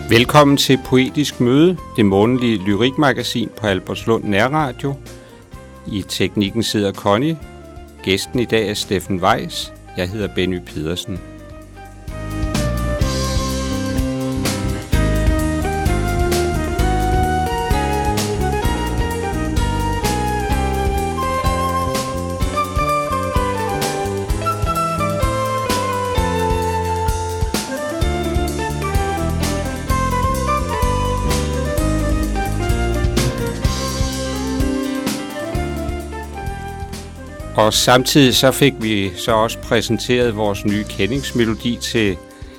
Velkommen til Poetisk Møde, det månedlige lyrikmagasin på Albertslund Nærradio. I teknikken sidder Connie. Gæsten i dag er Steffen Weiss. Jeg hedder Benny Pedersen. Og samtidig så fik vi så også præsenteret vores nye kendingsmelodi til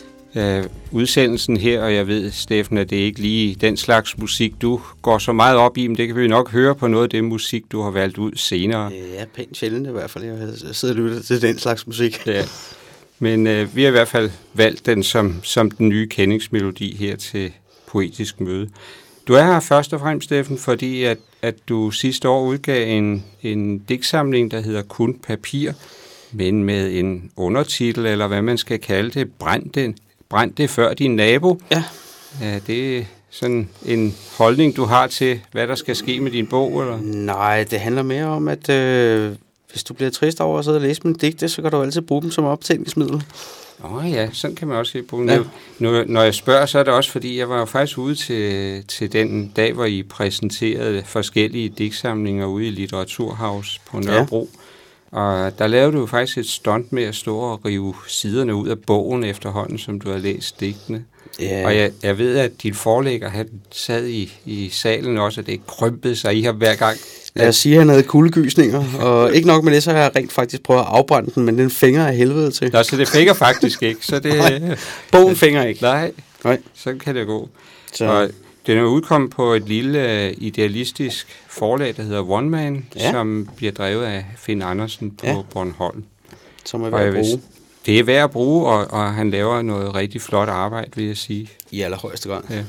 udsendelsen her, og jeg ved, Steffen, at det ikke lige den slags musik, du går så meget op i, men det kan vi nok høre på noget af det musik, du har valgt ud senere. Ja, pænt sjældent i hvert fald. Jeg sidder og lytter til den slags musik. Ja. Men vi har i hvert fald valgt den som den nye kendingsmelodi her til Poetisk Møde. Du er her først og fremmest, Steffen, fordi at du sidste år udgav en digtsamling, der hedder Kun Papir, men med en undertitel, eller hvad man skal kalde det, Brænd det før din nabo. Ja. Ja, det er sådan en holdning, du har til, hvad der skal ske med din bog, eller? Nej, det handler mere om, at hvis du bliver trist over at sidde og læse mine digte, så kan du altid bruge dem som optændingsmiddel. Ja, sådan kan man også se på den. Ja. Når jeg spørger, så er det også, fordi jeg var jo faktisk ude til den dag, hvor I præsenterede forskellige digtsamlinger ude i Litteraturhaus på Nørrebro. Ja. Og der lavede du jo faktisk et stunt med at stå og rive siderne ud af bogen efterhånden, som du har læst digtene. Ja. Og jeg ved, at din forlægger han sad i salen også, og det krympede sig i her hver gang. Jeg siger, at han havde kuldegysninger, og ikke nok med det, så har jeg rent faktisk prøvet at afbrænde den, men den fænger af helvede til. Nå, så det fænger faktisk ikke. Så det, nej, bogen fænger ikke. Nej, så kan det gå. Så. Og den er udkommet på et lille idealistisk forlag, der hedder One Man, som bliver drevet af Finn Andersen på Bornholm. Som er værd at bruge. Det er værd at bruge, og han laver noget rigtig flot arbejde, vil jeg sige. I allerhøjeste grad. Ja.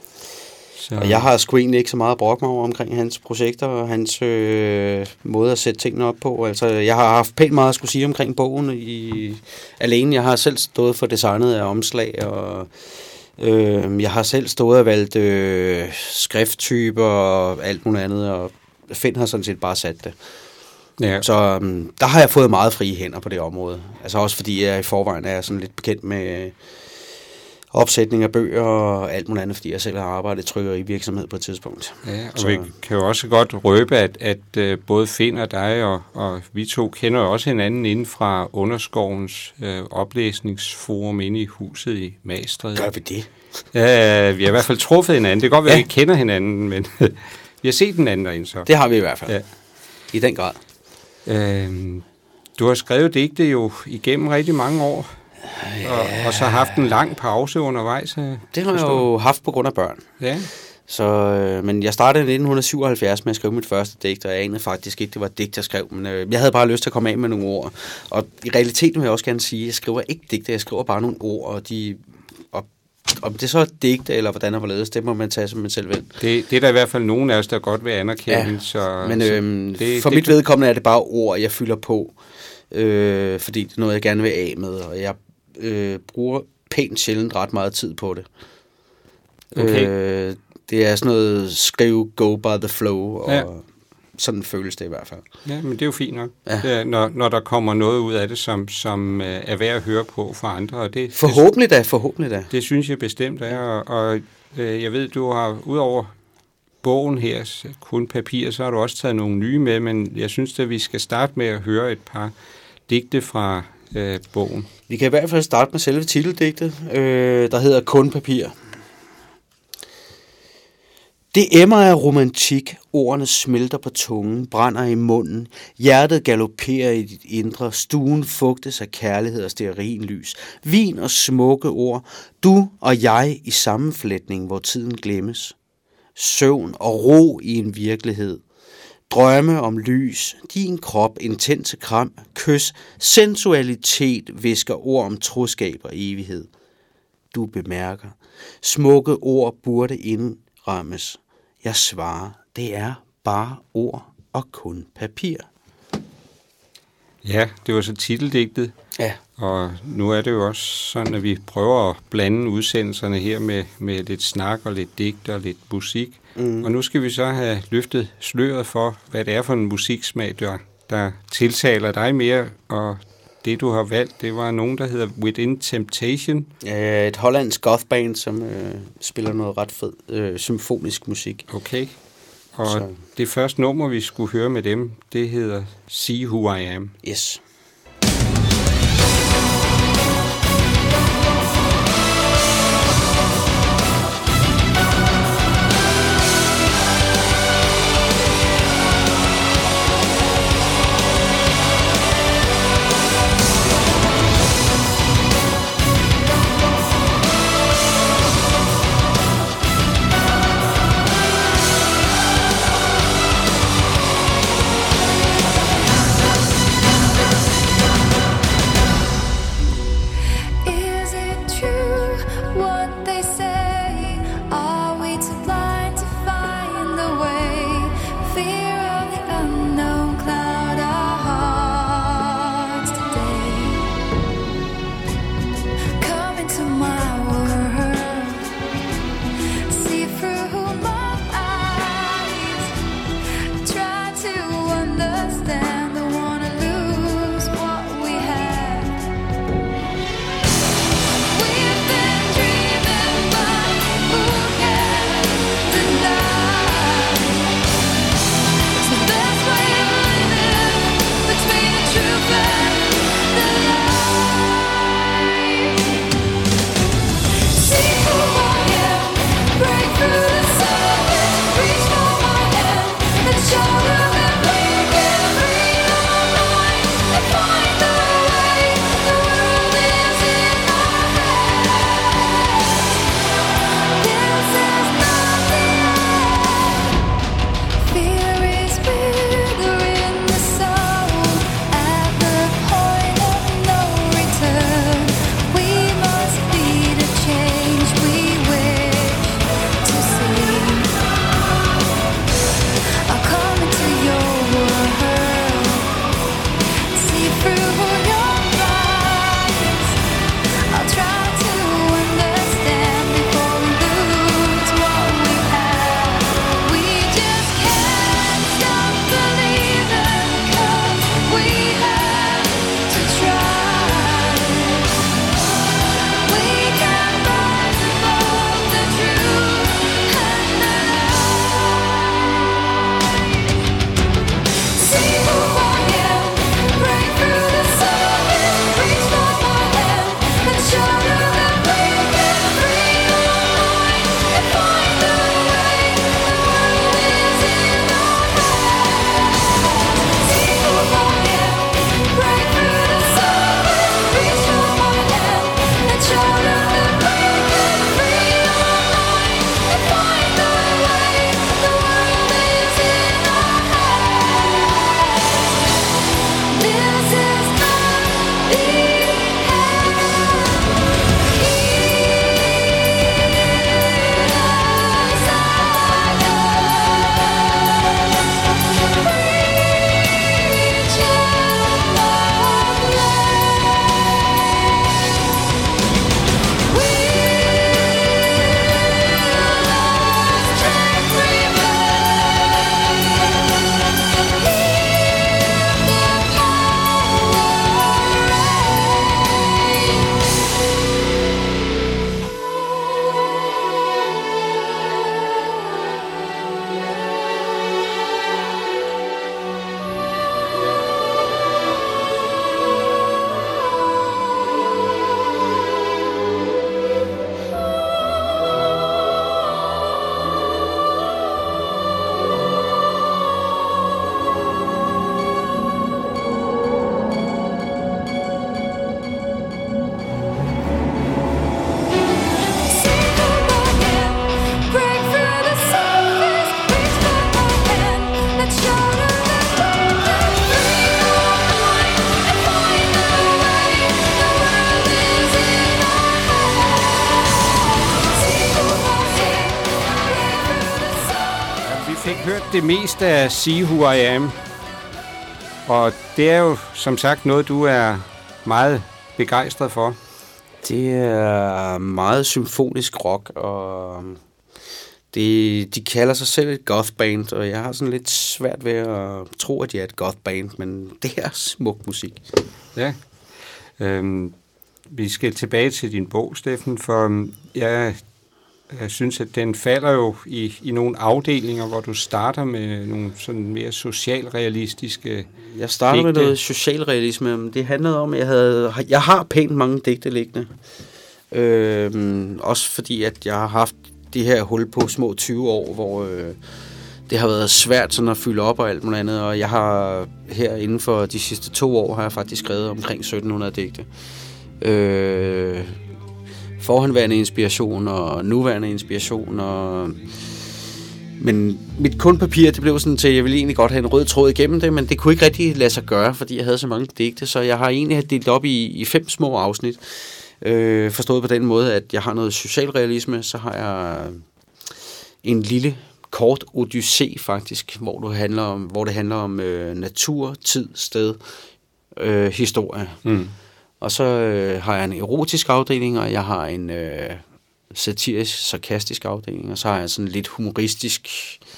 Så. Og jeg har sgu egentlig ikke så meget at brokke mig over omkring hans projekter og hans måde at sætte tingene op på. Altså, jeg har haft pænt meget at skulle sige omkring bogen alene. Jeg har selv stået for designet af omslag, og jeg har selv stået og valgt skrifttyper og alt muligt andet, og Finn har sådan set bare sat det. Ja. Så der har jeg fået meget frie hænder på det område. Altså også fordi jeg i forvejen er sådan lidt bekendt med opsætning af bøger og alt muligt andet, fordi jeg selv har arbejdet i trykkerivirksomhed på et tidspunkt. Ja, og så vi kan jo også godt røbe, at både Finn og dig og vi to kender jo også hinanden inden fra Underskovens oplæsningsforum inde i huset i Magstræde. Gør vi det? Ja, vi har i hvert fald truffet hinanden. Det kan godt være, at vi ikke kender hinanden, men vi har set hinanden derinde så. Det har vi i hvert fald. Ja. I den grad. Du har skrevet digte jo igennem rigtig mange år. Og så haft en lang pause undervejs. Det har jeg jo haft på grund af børn. Ja. Så, men jeg startede i 1977 med at skrive mit første digt, og jeg anede faktisk ikke, det var et digt, jeg skrev. Men jeg havde bare lyst til at komme af med nogle ord. Og i realiteten vil jeg også gerne sige, at jeg skriver ikke digte, jeg skriver bare nogle ord, og om det så er digte, eller hvordan der var ledes, det må man tage som man selv vil. Det er der i hvert fald nogen af os, der godt vil anerkende. Ja, så, men for mit vedkommende er det bare ord, jeg fylder på, fordi det er noget, jeg gerne vil af med, og jeg bruger pænt sjældent ret meget tid på det. Okay. Det er sådan noget skrive go by the flow, og sådan føles det i hvert fald. Ja, men det er jo fint nok, når der kommer noget ud af det, som er værd at høre på for andre. Og det, forhåbentlig da. Det synes jeg bestemt er, og jeg ved, du har udover bogen her, Kun Papir, så har du også taget nogle nye med, men jeg synes, at vi skal starte med at høre et par digte fra bogen. Vi kan i hvert fald starte med selve titeldigtet, der hedder Kun Papir. Det emmer af romantik, ordene smelter på tungen, brænder i munden, hjertet galopperer i dit indre, stuen fugtes af kærlighed og stearinlys, vin og smukke ord, du og jeg i sammenflætning, hvor tiden glemmes. Søvn og ro i en virkelighed, drømme om lys, din krop, intense kram, kys, sensualitet, hvisker ord om troskab og evighed. Du bemærker, smukke ord burde indrammes. Jeg svarer, det er bare ord og kun papir. Ja, det var så titeldigtet. Ja. Og nu er det jo også sådan, at vi prøver at blande udsendelserne her med lidt snak og lidt digt og lidt musik. Og nu skal vi så have løftet sløret for, hvad det er for en musiksmag, der tiltaler dig mere. Og det, du har valgt, det var nogen, der hedder Within Temptation. Et hollandsk gothband, som spiller noget ret fed symfonisk musik. Okay. Og det første nummer, vi skulle høre med dem, det hedder See Who I Am. Yes. hørt det meste af See Who I Am. Og det er jo som sagt noget, du er meget begejstret for? Det er meget symfonisk rock, og de kalder sig selv et goth-band, og jeg har sådan lidt svært ved at tro, at de er et goth-band, men det er smuk musik. Ja. Vi skal tilbage til din bog, Steffen, for jeg synes, at den falder jo i nogle afdelinger, hvor du starter med nogle sådan mere socialrealistiske Jeg starter med noget socialrealisme, men det handlede om, at jeg har pænt mange digte liggende. Også fordi, at jeg har haft de her hul på små 20 år, hvor det har været svært sådan at fylde op og alt muligt andet, og jeg har her inden for de sidste 2 år, har jeg faktisk skrevet omkring 1700 digte. Forhenværende inspiration og nuværende inspiration, men mit kunstpapir, det blev sådan til, jeg ville egentlig godt have en rød tråd igennem det, men det kunne ikke rigtig lade sig gøre, fordi jeg havde så mange digte, så jeg har egentlig delt op i 5 små afsnit. Forstået på den måde, at jeg har noget socialrealisme, så har jeg en lille kort odyssé faktisk, hvor det handler om natur, tid, sted, historie. Og så har jeg en erotisk afdeling, og jeg har en satirisk, sarkastisk afdeling, og så har jeg sådan lidt humoristisk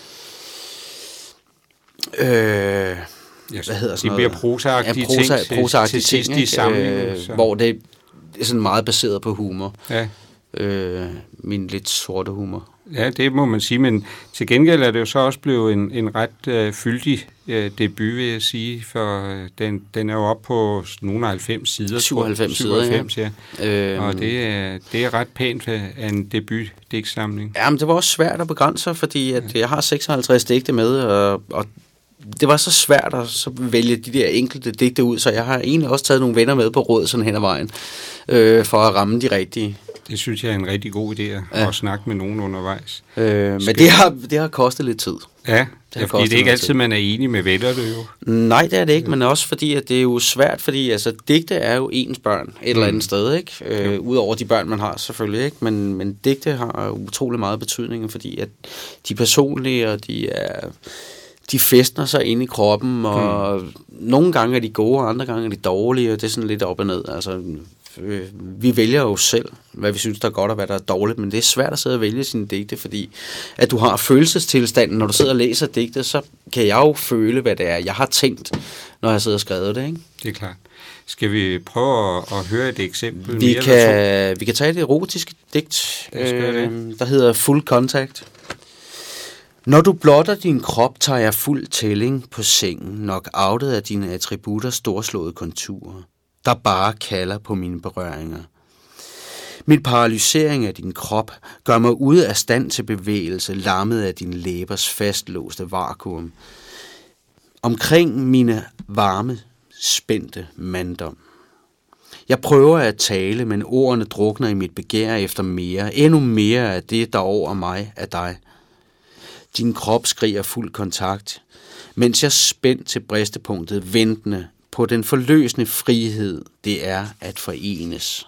hvad hedder sådan noget? Det bliver prosaagtige ting, til samlingen, hvor det er sådan meget baseret på humor. Ja. Min lidt sorte humor. Ja, det må man sige, men til gengæld er det jo så også blevet en ret fyldig debut, vil jeg sige, for den er jo oppe på nogle 90 sider. 97 sider, ja. Og det er ret pænt af en debutdigtsamling. Ja, men det var også svært at begrænse sig, fordi at jeg har 56 digte med, og det var så svært at så vælge de der enkelte digte ud, så jeg har egentlig også taget nogle venner med på råd sådan hen ad vejen, for at ramme de rigtige. Det synes jeg er en rigtig god idé at snakke med nogen undervejs. Men det har kostet lidt tid. Ja, fordi det er ikke altid, man er enig med vennerne jo. Nej, det er det ikke, men også fordi, at det er jo svært, fordi altså, digte er jo ens børn et eller andet sted, ikke? Udover de børn, man har selvfølgelig, ikke? Men digte har utrolig meget betydning, fordi at de er personlige, og de fæstner sig inde i kroppen, og nogle gange er de gode, og andre gange er de dårlige, og det er sådan lidt op og ned. Altså, vi vælger jo selv, hvad vi synes, der er godt og hvad der er dårligt, men det er svært at sidde og vælge sine digte, fordi at du har følelsestilstanden, når du sidder og læser digte, så kan jeg jo føle, hvad det er, jeg har tænkt, når jeg sidder og skrevet det, ikke? Det er klart. Skal vi prøve at høre et eksempel? Vi kan tage et erotisk digt, der hedder Full Contact. Når du blotter din krop, tager jeg fuld tælling på sengen, nok outet af dine attributter storslåede konturer, der bare kalder på mine berøringer. Mit paralysering af din krop gør mig ude af stand til bevægelse, lammet af din læbers fastlåste vakuum. Omkring mine varme, spændte manddom. Jeg prøver at tale, men ordene drukner i mit begær efter mere, endnu mere af det, der over mig er dig. Din krop skriger fuld kontakt, mens jeg spændt til bristepunktet, ventende på den forløsende frihed, det er at forenes.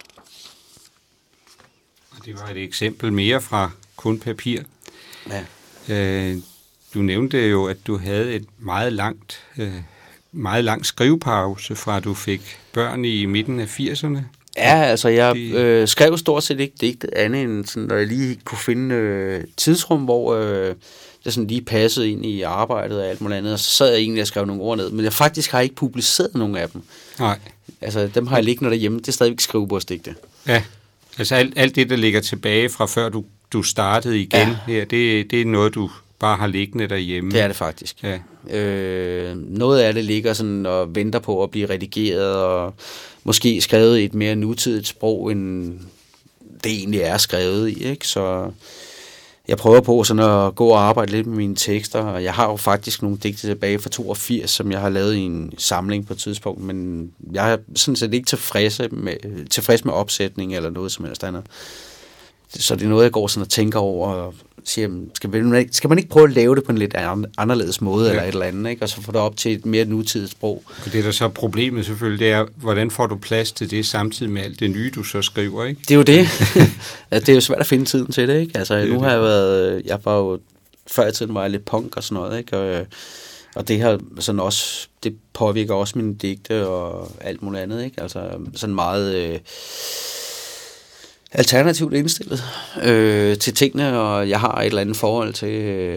Det var et eksempel mere fra kun papir. Ja. Du nævnte jo, at du havde et meget lang skrivepause fra du fik børn i midten af 80'erne. Ja, altså jeg skrev stort set ikke digtet andet end sådan, når jeg lige kunne finde tidsrum, hvor det sådan lige passede ind i arbejdet og alt muligt andet, og så sad jeg egentlig og skrev nogle ord ned, men jeg faktisk har ikke publiceret nogen af dem. Nej. Altså dem har jeg liggende derhjemme, det er stadigvæk skrivebordsdigte. Ja, altså alt det, der ligger tilbage fra før du startede igen her, det er noget, du bare har liggende derhjemme. Det er det faktisk. Ja. Noget af det ligger sådan og venter på at blive redigeret, og måske skrevet i et mere nutidigt sprog, end det egentlig er skrevet i, ikke? Så jeg prøver på sådan at gå og arbejde lidt med mine tekster, og jeg har jo faktisk nogle digte tilbage fra 82, som jeg har lavet i en samling på et tidspunkt, men jeg er sådan set ikke tilfreds med opsætning eller noget som helst andet. Så det er noget, jeg går sådan og tænker over, og siger, skal man ikke prøve at lave det på en lidt anderledes måde, eller et eller andet, ikke? Og så få det op til et mere nutidigt sprog. Og det der så problemet selvfølgelig, det er, hvordan får du plads til det samtidig med alt det nye, du så skriver, ikke? Det er jo det. Det er jo svært at finde tiden til det, ikke? Altså, nu har jeg var jo, før i tiden var jeg lidt punk og sådan noget, ikke? Og det har sådan også, det påvirker også mine digte og alt muligt andet, ikke? Altså sådan meget alternativt indstillet til tingene, og jeg har et eller andet forhold til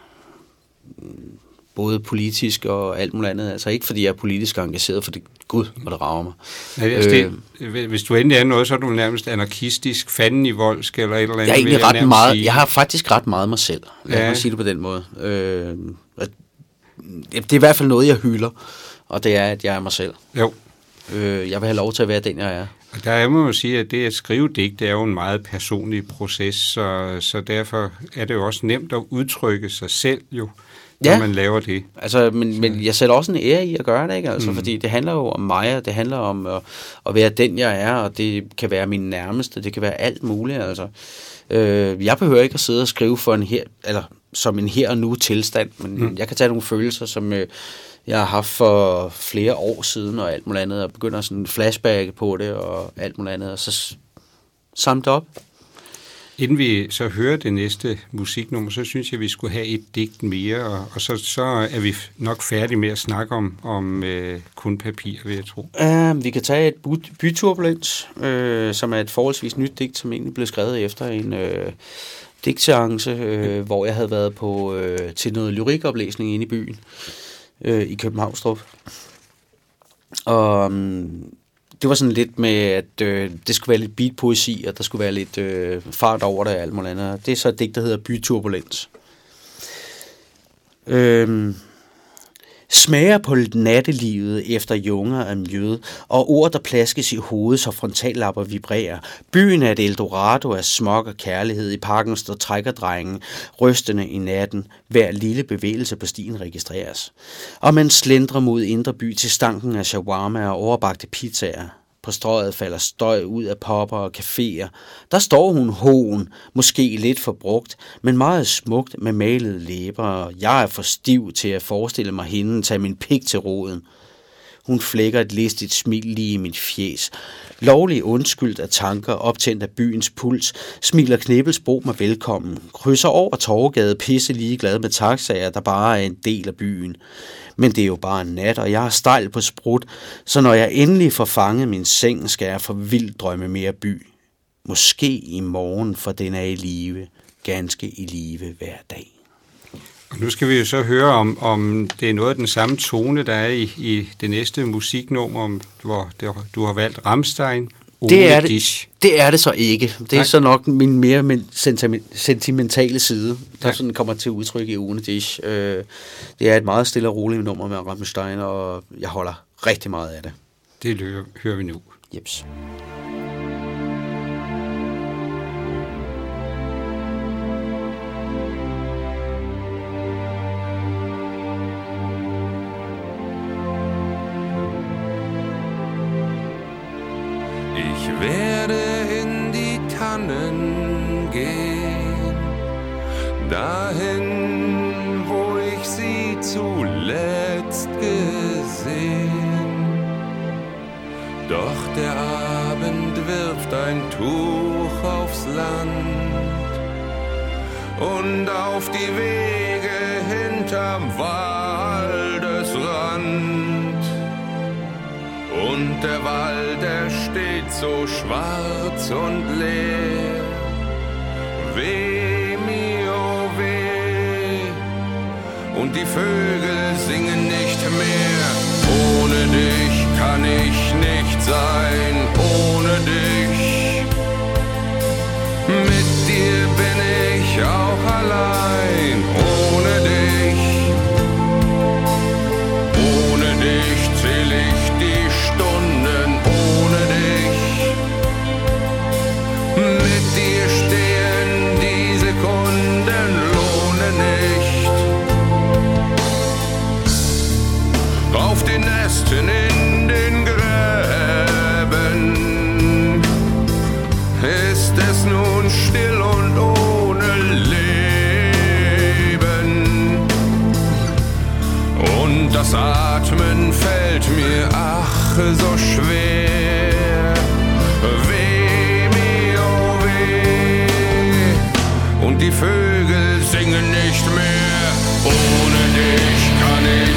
både politisk og alt muligt andet. Altså ikke fordi jeg er politisk engageret, for det Gud, hvor det rager mig. Nej, altså hvis du endelig er noget, så er du nærmest anarkistisk, fanden i voldsk eller et eller andet. Jeg er egentlig ret meget, jeg har faktisk ret meget mig selv. Jeg kan sige det på den måde. Det er i hvert fald noget, jeg hylder, og det er, at jeg er mig selv. Jo. Jeg vil have lov til at være den, jeg er. Og der må man sige, at det at skrive digt, det er jo en meget personlig proces, så derfor er det jo også nemt at udtrykke sig selv jo, når man laver det. Altså, men jeg sætter også en ære i at gøre det, ikke? Altså, fordi det handler jo om mig, og det handler om at være den, jeg er, og det kan være min nærmeste, det kan være alt muligt, altså. Jeg behøver ikke at sidde og skrive for som en her og nu tilstand, men jeg kan tage nogle følelser, som jeg har haft for flere år siden og alt muligt andet, og begynder sådan flashback på det og alt muligt andet, og så samle op. Inden vi så hører det næste musiknummer, så synes jeg, vi skulle have et digt mere, og så er vi nok færdige med at snakke om kun papir, vil jeg tro. Vi kan tage et byturbulens, som er et forholdsvis nyt digt, som egentlig blev skrevet efter en digtseance, hvor jeg havde været til noget lyrikoplæsning inde i byen i Københavnstrup. Og det var sådan lidt med, at det skulle være lidt beatpoesi, og der skulle være lidt fart over det og alt muligt andet. Det er så et digt, der hedder Byturbulens. Smager på nattelivet efter junger af mjød, og ord, der plaskes i hovedet, så frontallapper vibrerer. Byen er et eldorado af smog og kærlighed. I parken står trækkerdrengen, rystende i natten. Hver lille bevægelse på stien registreres. Og man slendrer mod indre by til stanken af shawarma og overbagte pizzaer. På strøget falder støj ud af popper og caféer. Der står hun hoen, måske lidt forbrugt, men meget smukt med malede læber. Jeg er for stiv til at forestille mig hende tage min pik til roden. Hun flækker et listigt smil lige i mit fjes. Lovlig undskyldt af tanker, optændt af byens puls, smiler Knibbelsbro mig velkommen. Krydser over Torvegade, pisse ligeglad med taxaer, der bare er en del af byen. Men det er jo bare en nat, og jeg er stejl på sprut, så når jeg endelig får fanget min seng, skal jeg for vildt drømme mere by. Måske i morgen, for den er i live, ganske i live hver dag. Og nu skal vi jo så høre, om det er noget af den samme tone, der er i det næste musiknummer, hvor du har valgt Rammstein. Det er det så ikke. Det er så nok min mere sentimentale side, der sådan kommer til udtryk i Ohne Dich. Det er et meget stille og roligt nummer med Rammstein, og jeg holder rigtig meget af det. Det hører vi nu. Jeps. Ich werde in die Tannen gehen, dahin, wo ich sie zuletzt gesehen. Doch der Abend wirft ein Tuch aufs Land und auf die Wege hinterm Waldesrand. Und der Wald, der steht so schwarz und leer. Weh, mio, weh. Und die Vögel singen nicht mehr. Ohne dich kann ich nicht sein. Ohne dich. Mit dir bin ich auch allein. Ohne dich. Ohne dich zähl ich die Stunden. Ohne dich. Mit dir stehen die Sekunden, lohne nicht. Auf den Ästen in den Gräben ist es nun still und ohne Leben. Und das Atmen fällt mir ach so schwer. Weh, mio, weh. Und die Vögel singen nicht mehr. Ohne dich kann ich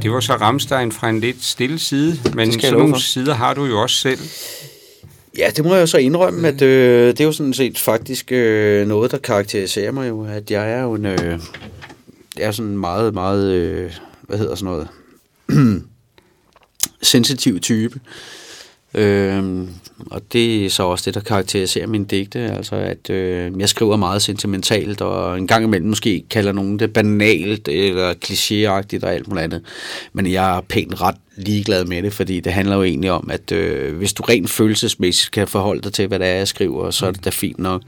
Det var så Rammstein fra en lidt stille side, men sådan nogle sider har du jo også selv. Ja, det må jeg så indrømme, at det er jo sådan set faktisk noget, der karakteriserer mig jo, at jeg er jo en... jeg er sådan meget, meget... hvad hedder sådan noget? sensitiv type. Og det er så også det, der karakteriserer mine digte, altså at jeg skriver meget sentimentalt, og en gang imellem måske kalder nogen det banalt eller klichéagtigt og alt muligt andet. Men jeg er pænt ret ligeglad med det, fordi det handler jo egentlig om, at hvis du rent følelsesmæssigt kan forholde dig til, hvad det er, jeg skriver, så er det da fint nok.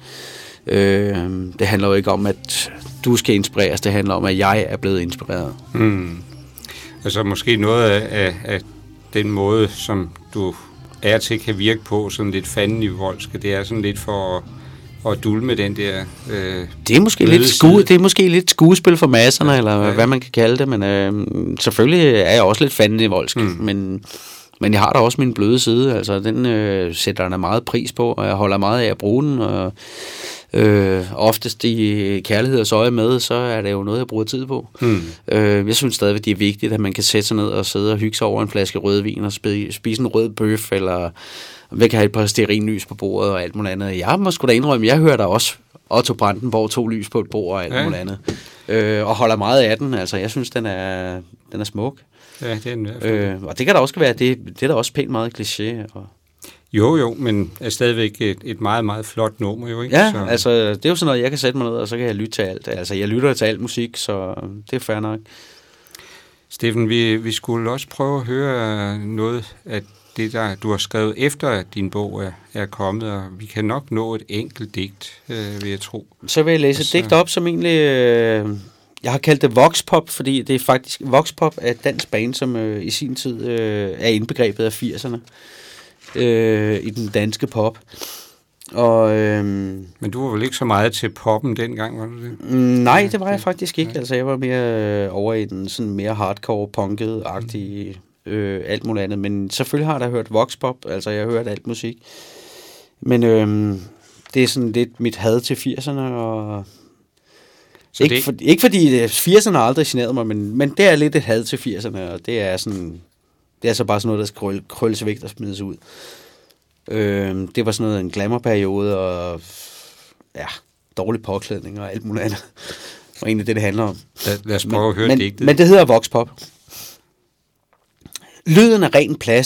Det handler jo ikke om, at du skal inspireres, det handler om, at jeg er blevet inspireret. Altså måske noget af den måde, som du er til kan virke på, sådan lidt fandenivoldske, det er sådan lidt for at dulme den der det er måske lidt skuespil for masserne, eller hvad man kan kalde det, men selvfølgelig er jeg også lidt fandenivoldsk, men jeg har da også min bløde side, altså den sætter jeg meget pris på, og jeg holder meget af at bruge den, og oftest i kærlighedens øje med, så er det jo noget, jeg bruger tid på. Jeg synes stadigvæk, det er vigtigt, at man kan sætte sig ned og sidde og hygge sig over en flaske rødvin og spise en rød bøf, eller vi kan have et par stearinlys på bordet og alt muligt andet. Jeg må sgu da indrømme, jeg hører da også Otto Brandenborg 2 lys på et bord og alt muligt andet. Og holder meget af den, altså jeg synes, den er smuk. Ja, det er den i hvert fald. Og det kan da også være, det er da også pænt meget kliché. Jo, men er stadigvæk et meget, meget flot nummer, jo ikke? Ja, så. Altså, det er jo sådan noget, jeg kan sætte mig ned, og så kan jeg lytte til alt. Altså, jeg lytter til alt musik, så det er fair nok. Steffen, vi skulle også prøve at høre noget af det, der du har skrevet efter, at din bog er kommet, og vi kan nok nå et enkelt digt, vil jeg tro. Så vil jeg læse et digt op, som egentlig... jeg har kaldt det Voxpop, fordi det er faktisk... Voxpop er et dansk band, som i sin tid er indbegrebet af 80'erne. I den danske pop. Og, men du var vel ikke så meget til poppen dengang, var du det? Nej, det var jeg faktisk ikke. Altså, jeg var mere over i den sådan mere hardcore, punket-agtige, alt muligt andet. Men selvfølgelig har jeg da hørt voxpop, altså jeg har hørt alt musik. Men det er sådan lidt mit had til 80'erne, og... Ikke fordi 80'erne aldrig generede mig, men det er lidt et had til 80'erne, og det er sådan... Det er så bare sådan noget, der skal krølles væk og smides ud. Det var sådan noget en glamourperiode, og ja, dårlig påklædning og alt muligt andet. Og egentlig det handler om. Lad os prøve at høre digtet. Men det hedder voxpop. Lyden er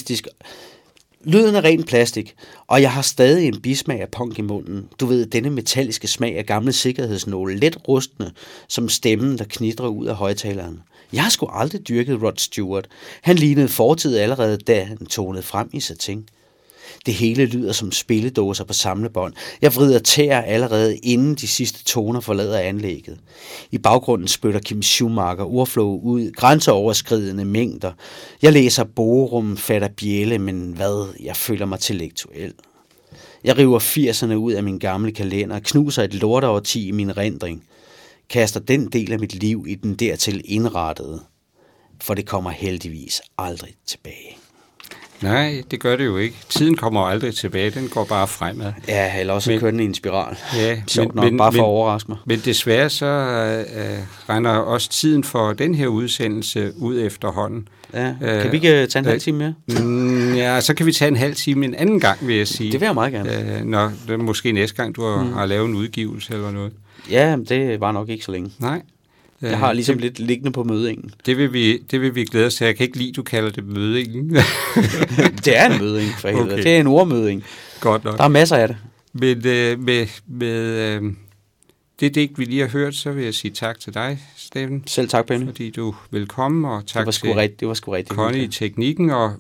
ren plastik, og jeg har stadig en bismag af punk i munden. Du ved, denne metalliske smag af gamle sikkerhedsnåle, let rustne, som stemmen, der knitrer ud af højtaleren. Jeg har sgu aldrig dyrket Rod Stewart. Han lignede fortid allerede, da han tonede frem i satin. Det hele lyder som spilledåser på samlebånd. Jeg vrider tæer allerede, inden de sidste toner forlader anlægget. I baggrunden spytter Kim Schumacher ordflow ud, grænseoverskridende mængder. Jeg læser Borum, fatter bjæle, men hvad? Jeg føler mig intellektuel. Jeg river 80'erne ud af min gamle kalender, knuser et lorteårti i min rendring. Kaster den del af mit liv i den dertil indrettede, for det kommer heldigvis aldrig tilbage. Nej, det gør det jo ikke. Tiden kommer aldrig tilbage, den går bare fremad. Ja, eller også kører den i en spiral. Ja, bare for at overraske mig. Men desværre så render også tiden for den her udsendelse ud efterhånden. Ja, kan vi ikke tage en halv time mere? Ja, så kan vi tage en halv time en anden gang, vil jeg sige. Det vil jeg meget gerne. Det er måske næste gang, du har lavet en udgivelse eller noget. Ja, det var nok ikke så længe. Nej. Jeg har ligesom lidt liggende på mødingen. Det vil vi glæde os til. Jeg kan ikke lide, du kalder det mødingen. Det er en møding, for helvede. Okay. Det er en ordmøding. Godt nok. Der er masser af det. Men med det digt, vi lige har hørt, så vil jeg sige tak til dig, Steffen. Selv tak, Benny. Fordi du vil komme, og tak til Connie i teknikken. Og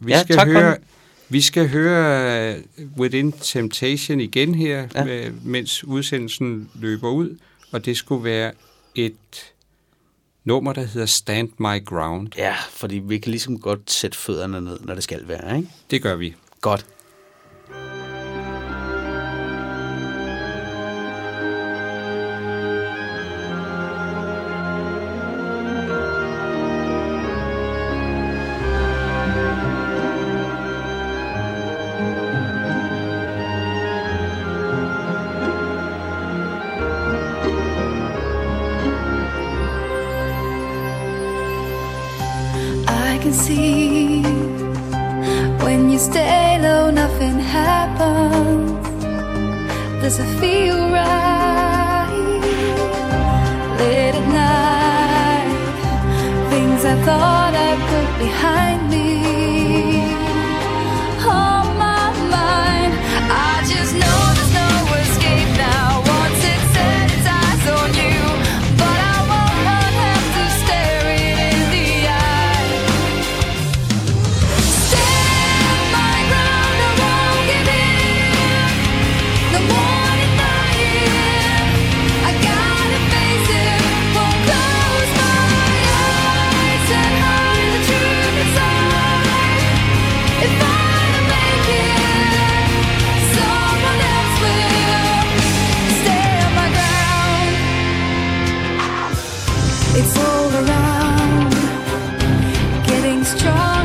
vi skal høre Within Temptation igen her, mens udsendelsen løber ud. Og det skulle være et nummer, der hedder Stand My Ground. Ja, fordi vi kan ligesom godt sætte fødderne ned, når det skal være, ikke? Det gør vi. Godt. I I can see. When you stay low, nothing happens. Does it feel right? Late at night, things I thought I put behind me on my mind. I just know there's no escape now. Once it set its eyes on you, but I won't have to stare it in the eye. Stand my ground, I won't give in. The morning night, I gotta face it. Won't close my eyes and hide the truth inside. If I don't make it, someone else will. Stay on my ground. It's all around, getting strong.